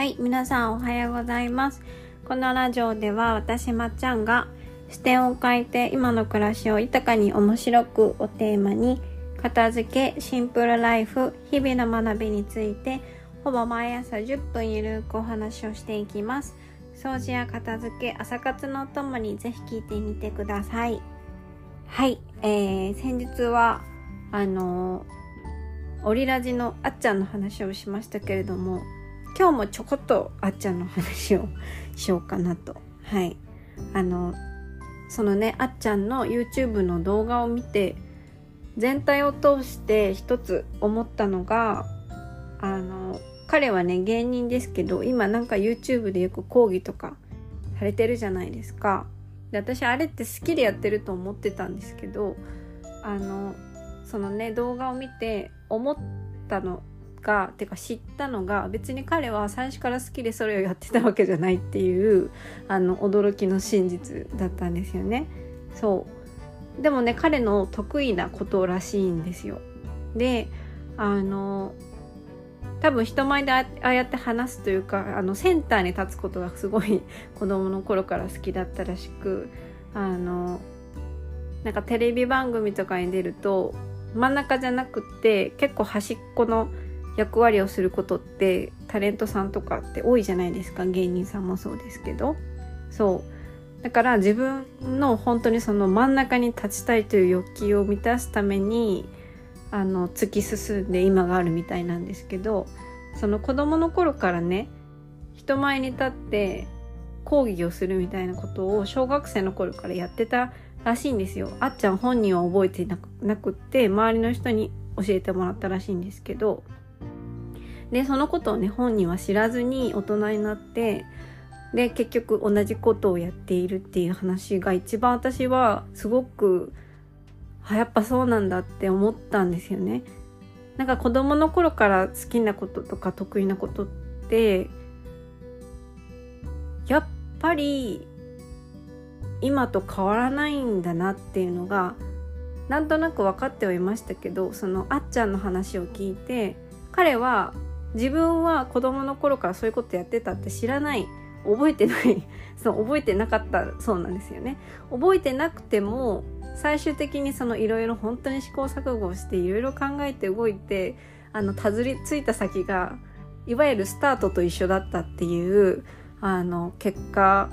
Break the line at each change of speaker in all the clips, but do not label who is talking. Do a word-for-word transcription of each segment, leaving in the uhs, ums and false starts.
はい、皆さんおはようございます。このラジオでは私まっちゃんが視点を変えて今の暮らしを豊かに面白くをテーマに片付け、シンプルライフ、日々の学びについてほぼ毎朝じゅっぷんゆるくお話をしていきます。掃除や片付け、朝活のお供にぜひ聞いてみてください。はい、えー、先日はあのー、オリラジのあっちゃんの話をしましたけれども、今日もちょこっとあっちゃんの話をしようかなと。はい。あの、そのね、あっちゃんの YouTube の動画を見て、全体を通して一つ思ったのが、あの、彼はね、芸人ですけど、今なんか YouTube でよく講義とかされてるじゃないですか。で、私あれって好きでやってると思ってたんですけど、あの、そのね、動画を見て思ったのがてか知ったのが、別に彼は最初から好きでそれをやってたわけじゃないっていうあの驚きの真実だったんですよね。そうでもね、彼の得意なことらしいんですよ。で、あの多分人前でああやって話すというか、あのセンターに立つことがすごい子供の頃から好きだったらしく、あのなんかテレビ番組とかに出ると真ん中じゃなくって結構端っこの役割をすることってタレントさんとかって多いじゃないですか。芸人さんもそうですけど、そうだから自分の本当にその真ん中に立ちたいという欲求を満たすためにあの突き進んで今があるみたいなんですけど、その子供の頃からね、人前に立って講義をするみたいなことを小学生の頃からやってたらしいんですよ。あっちゃん本人は覚えてなく、なくって周りの人に教えてもらったらしいんですけど、でそのことをね、本人は知らずに大人になって、で結局同じことをやっているっていう話が一番私はすごくあやっぱそうなんだって思ったんですよね。なんか子供の頃から好きなこととか得意なことってやっぱり今と変わらないんだなっていうのがなんとなく分かってはいましたけど、そのあっちゃんの話を聞いて、彼は自分は子供の頃からそういうことやってたって知らない、覚えてないそう覚えてなかったそうなんですよね。覚えてなくても最終的にそのいろいろ本当に試行錯誤していろいろ考えて動いて、あのたどり着いた先がいわゆるスタートと一緒だったっていうあの結果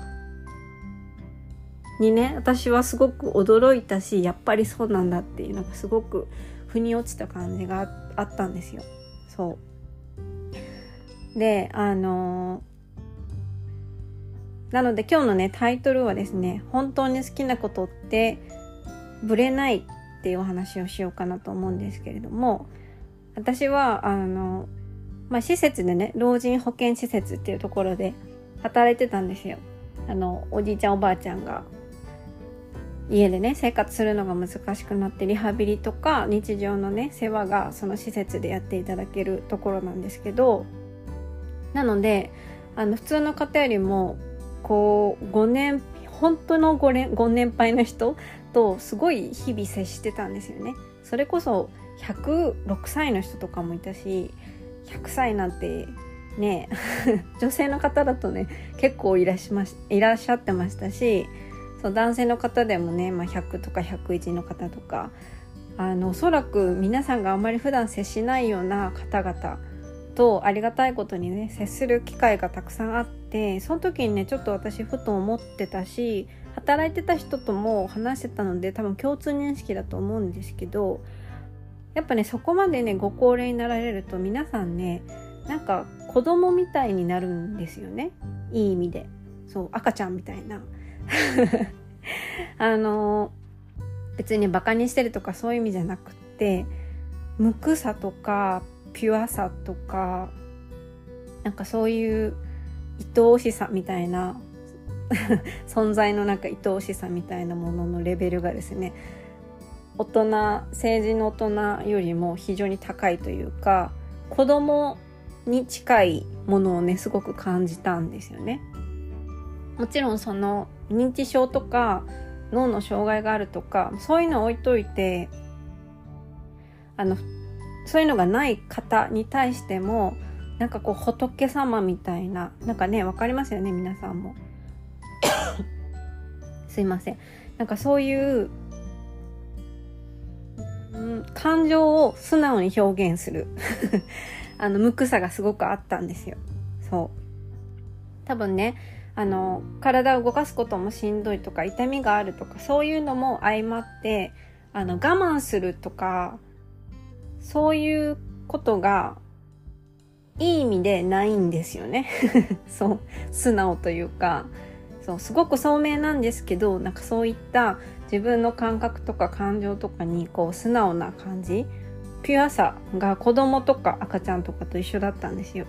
にね、私はすごく驚いたし、やっぱりそうなんだっていうのがすごく腑に落ちた感じがあったんですよ。そうで、あのー、なので今日のねタイトルはですね、本当に好きなことってぶれないっていうお話をしようかなと思うんですけれども、私はあの、まあ、施設でね、老人保健施設っていうところで働いてたんですよ。あのおじいちゃんおばあちゃんが家でね生活するのが難しくなって、リハビリとか日常のね世話がその施設でやっていただけるところなんですけど、なのであの普通の方よりもこうごねん本当のご年ご年配の人とすごい日々接してたんですよね。それこそひゃくろくさいの人とかもいたし、ひゃくさいなんてね女性の方だとね結構いらっしゃまし、いらっしゃってましたし、そう男性の方でもね、まあ、ひゃくとかひゃくいちの方とか、あのおそらく皆さんがあんまり普段接しないような方々とありがたいことにね接する機会がたくさんあって、その時にねちょっと私ふと思ってたし、働いてた人とも話してたので多分共通認識だと思うんですけど、やっぱねそこまでねご高齢になられると皆さんね、なんか子供みたいになるんですよね。いい意味で、そう赤ちゃんみたいなあの別にバカにしてるとかそういう意味じゃなくって、無垢さとかピュアさとか、なんかそういう愛おしさみたいな存在のなんか愛おしさみたいなもののレベルがですね、大人、成人の大人よりも非常に高いというか、子供に近いものをねすごく感じたんですよね。もちろんその認知症とか脳の障害があるとかそういうのを置いといて、あのそういうのがない方に対してもなんかこう仏様みたいな、なんかねわかりますよね皆さんもすいません、なんかそういう、うん、感情を素直に表現するあの無垢さがすごくあったんですよ。そう多分ね、あの体を動かすこともしんどいとか痛みがあるとかそういうのも相まって、あの我慢するとかそういうことがいい意味でないんですよねそう素直というか、そうすごく聡明なんですけど、なんかそういった自分の感覚とか感情とかにこう素直な感じ、ピュアさが子供とか赤ちゃんとかと一緒だったんですよ。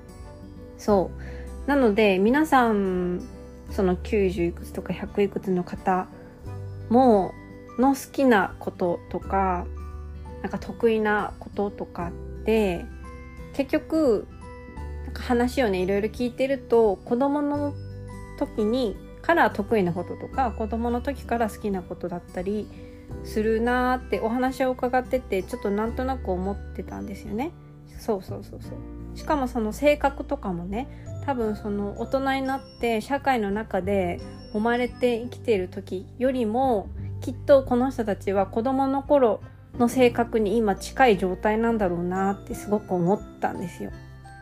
そうなので皆さんそのきゅうじゅういくつとかひゃくいくつの方もの好きなこととかなんか得意なこととかって結局なんか話をねいろいろ聞いてると、子供の時にから得意なこととか子供の時から好きなことだったりするなーってお話を伺っててちょっとなんとなく思ってたんですよね。そうそうそうそう。しかもその性格とかもね、多分その大人になって社会の中で生まれて生きている時よりもきっとこの人たちは子供の頃の性格に今近い状態なんだろうなってすごく思ったんですよ。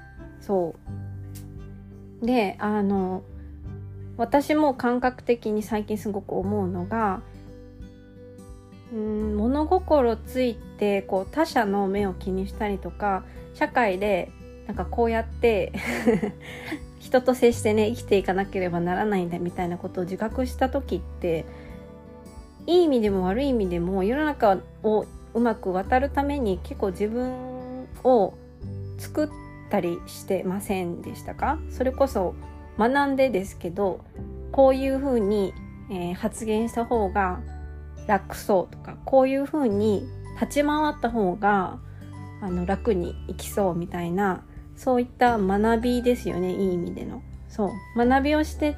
そうで、あの私も感覚的に最近すごく思うのが、うーん物心ついてこう他者の目を気にしたりとか社会でなんかこうやって人と接してね生きていかなければならないんだみたいなことを自覚した時って、いい意味でも悪い意味でも世の中をうまく渡るために結構自分を作ったりしてませんでしたか？それこそ学んでですけど、こういうふうに、えー、発言した方が楽そうとか、こういうふうに立ち回った方があの楽に生きそうみたいな、そういった学びですよね、いい意味での。そう学びをしてって、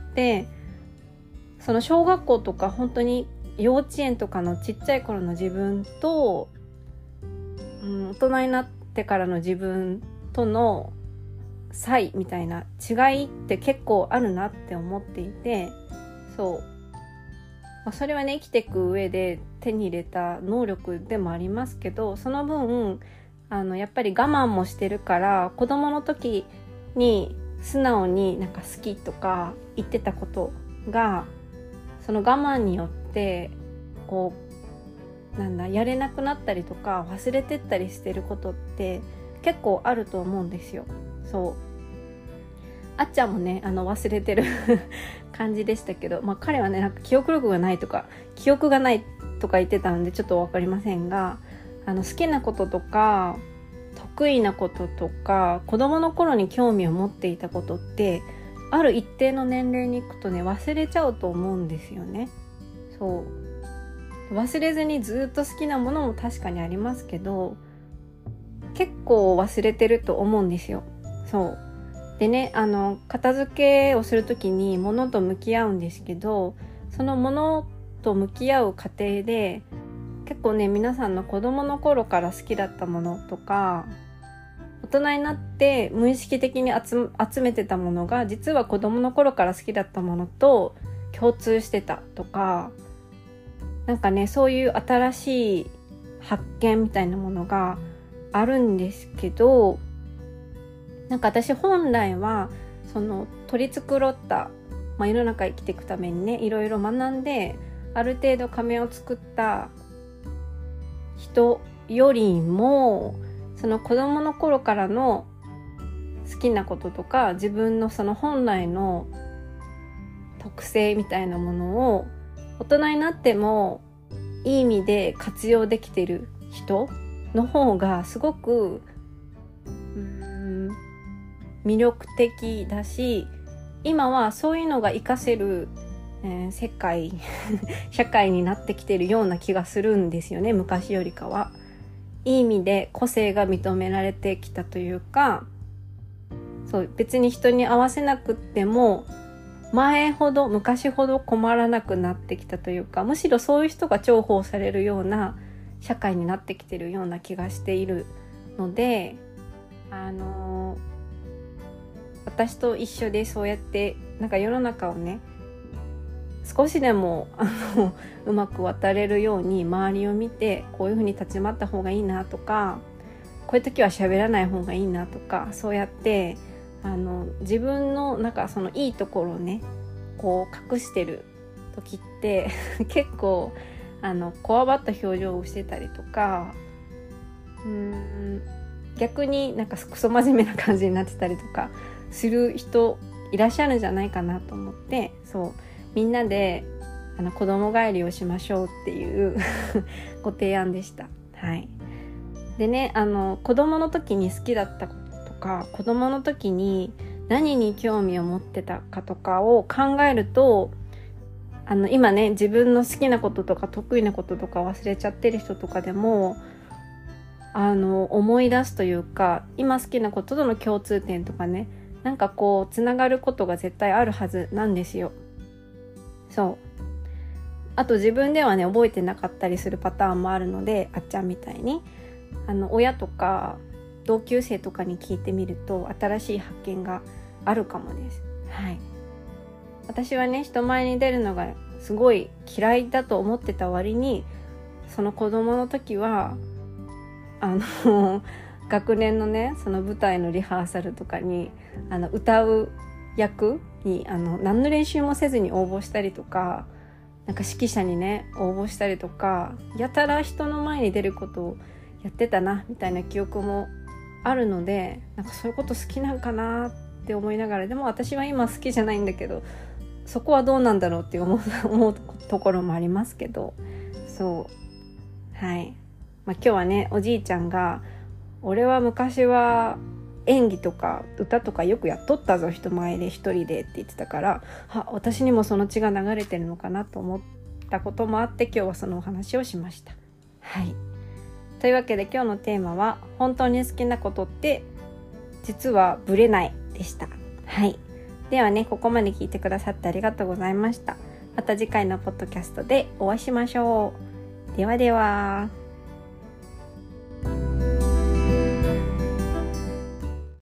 その小学校とか本当に幼稚園とかのちっちゃい頃の自分と、うん、大人になってからの自分との差異みたいな違いって結構あるなって思っていて、そう、まあ、それはね生きていく上で手に入れた能力でもありますけど、その分あのやっぱり我慢もしてるから、子供の時に素直になんか好きとか言ってたことがその我慢によってこうなんだやれなくなったりとか忘れてったりしてることって結構あると思うんですよ。そうあっちゃんもねあの忘れてる感じでしたけど、まあ彼はねなんか記憶力がないとか記憶がないとか言ってたんでちょっと分かりませんが、あの好きなこととか得意なこととか子供の頃に興味を持っていたことってある一定の年齢に行くとね忘れちゃうと思うんですよね。そう忘れずにずっと好きなものも確かにありますけど、結構忘れてると思うんですよ。そうでね、あの片付けをするときに物と向き合うんですけど、その物と向き合う過程で結構ね皆さんの子供の頃から好きだったものとか大人になって無意識的に 集, 集めてたものが実は子供の頃から好きだったものと共通してたとか、なんかねそういう新しい発見みたいなものがあるんですけど、なんか私本来はその取り繕った、まあ、世の中生きていくためにねいろいろ学んである程度仮面を作った人よりも、その子供の頃からの好きなこととか自分のその本来の特性みたいなものを大人になってもいい意味で活用できてる人の方がすごくうーん魅力的だし、今はそういうのが活かせる、えー、世界社会になってきてるような気がするんですよね。昔よりかはいい意味で個性が認められてきたというか、そう別に人に合わせなくっても前ほど昔ほど困らなくなってきたというか、むしろそういう人が重宝されるような社会になってきてるような気がしているので、あの私と一緒でそうやってなんか世の中をね少しでもあのうまく渡れるように周りを見てこういう風に立ち回った方がいいなとか、こういう時は喋らない方がいいなとか、そうやってあの自分のなんかそのいいところをねこう隠してる時って結構あのこわばった表情をしてたりとか、うーん逆になんかクソ真面目な感じになってたりとかする人いらっしゃるんじゃないかなと思って、そうみんなであの子供帰りをしましょうっていうご提案でした。はい。でね、あの子供の時に好きだったこととか、子供の時に何に興味を持ってたかとかを考えると、あの今ね自分の好きなこととか得意なこととか忘れちゃってる人とかでもあの思い出すというか、今好きなこととの共通点とかね、なんかこうつながることが絶対あるはずなんですよ。そう。あと自分ではね覚えてなかったりするパターンもあるので、あっちゃんみたいにあの親とか同級生とかに聞いてみると新しい発見があるかもです。はい。私はね人前に出るのがすごい嫌いだと思ってた割に、その子供の時はあの学年のねその舞台のリハーサルとかにあの歌う役にあの何の練習もせずに応募したりとか、なんか指揮者にね応募したりとか、やたら人の前に出ることをやってたなみたいな記憶もあるので、なんかそういうこと好きなんかなって思いながら、でも私は今好きじゃないんだけど、そこはどうなんだろうって思う、思うところもありますけど、そうはい、まあ、今日はねおじいちゃんが俺は昔は演技とか歌とかよくやっとったぞ人前で一人でって言ってたから、あ私にもその血が流れてるのかなと思ったこともあって、今日はそのお話をしました。はい。というわけで今日のテーマは本当に好きなことって実はブレないでした。はい。ではね、ここまで聞いてくださってありがとうございました。また次回のポッドキャストでお会いしましょう。ではでは。